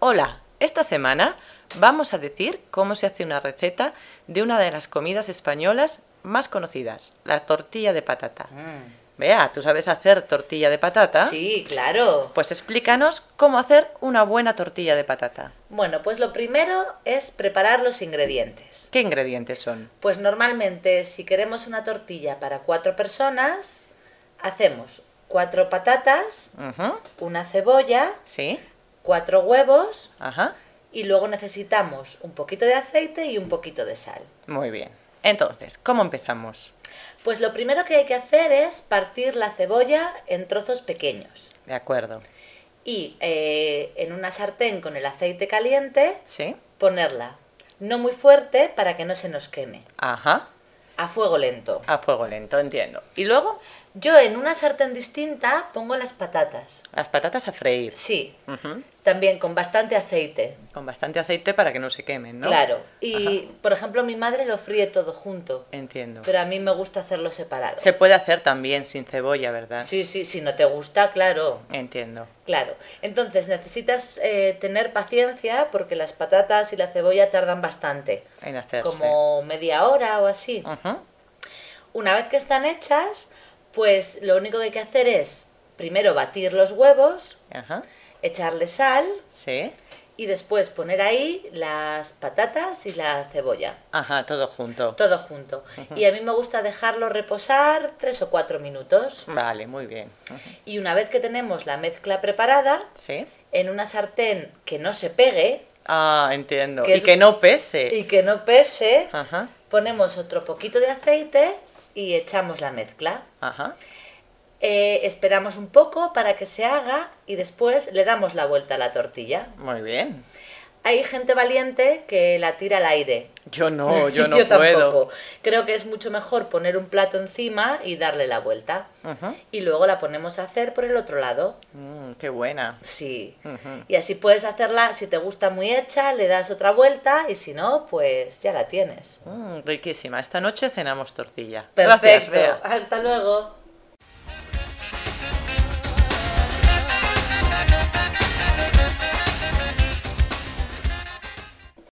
Hola, esta semana vamos a decir cómo se hace una receta de una de las comidas españolas más conocidas, la tortilla de patata. Vea, ¿tú sabes hacer tortilla de patata? Sí, claro. Pues explícanos cómo hacer una buena tortilla de patata. Bueno, pues lo primero es preparar los ingredientes. ¿Qué ingredientes son? Pues normalmente si queremos una tortilla para 4 personas, hacemos 4 patatas, Ujú, una cebolla, sí, 4 huevos ajá, y luego necesitamos un poquito de aceite y un poquito de sal. muy bien. Entonces, ¿cómo empezamos? Pues lo primero que hay que hacer es partir la cebolla en trozos pequeños De acuerdo. y en una sartén con el aceite caliente ¿Sí? ponerla, no muy fuerte para que no se nos queme, Ajá, a fuego lento. a fuego lento, entiendo. ¿Y luego? Yo en una sartén distinta pongo las patatas. Las patatas a freír. Sí, Ujú, también con bastante aceite. con bastante aceite para que no se quemen, ¿no? Claro. Y, por ejemplo, mi madre lo fríe todo junto, Entiendo. pero a mí me gusta hacerlo separado. Se puede hacer también sin cebolla, ¿verdad? Sí, sí, si no te gusta, claro. Entiendo. Claro. Entonces necesitas tener paciencia porque las patatas y la cebolla tardan bastante. En hacerse. Como media hora o así. Ujú, Una vez que están hechas, pues lo único que hay que hacer es primero batir los huevos, ajá, echarle sal sí. y después poner ahí las patatas y la cebolla. Ajá, todo junto. Todo junto. Y a mí me gusta dejarlo reposar 3 o 4 minutos. Vale, muy bien. Ujú, Y una vez que tenemos la mezcla preparada, sí. en una sartén que no se pegue Ah, entiendo. Que Y es- que no pese. y que no pese, Ajá, ponemos otro poquito de aceite y echamos la mezcla. ajá. Esperamos un poco para que se haga y después le damos la vuelta a la tortilla. Muy bien. Hay gente valiente que la tira al aire. Yo no Yo puedo. tampoco. Creo que es mucho mejor poner un plato encima y darle la vuelta. Ujú, Y luego la ponemos a hacer por el otro lado. qué buena. Sí. Ujú. Y así puedes hacerla, si te gusta muy hecha, le das otra vuelta y si no, pues ya la tienes. Riquísima. Esta noche cenamos tortilla. Perfecto. Gracias, Bea. Hasta luego.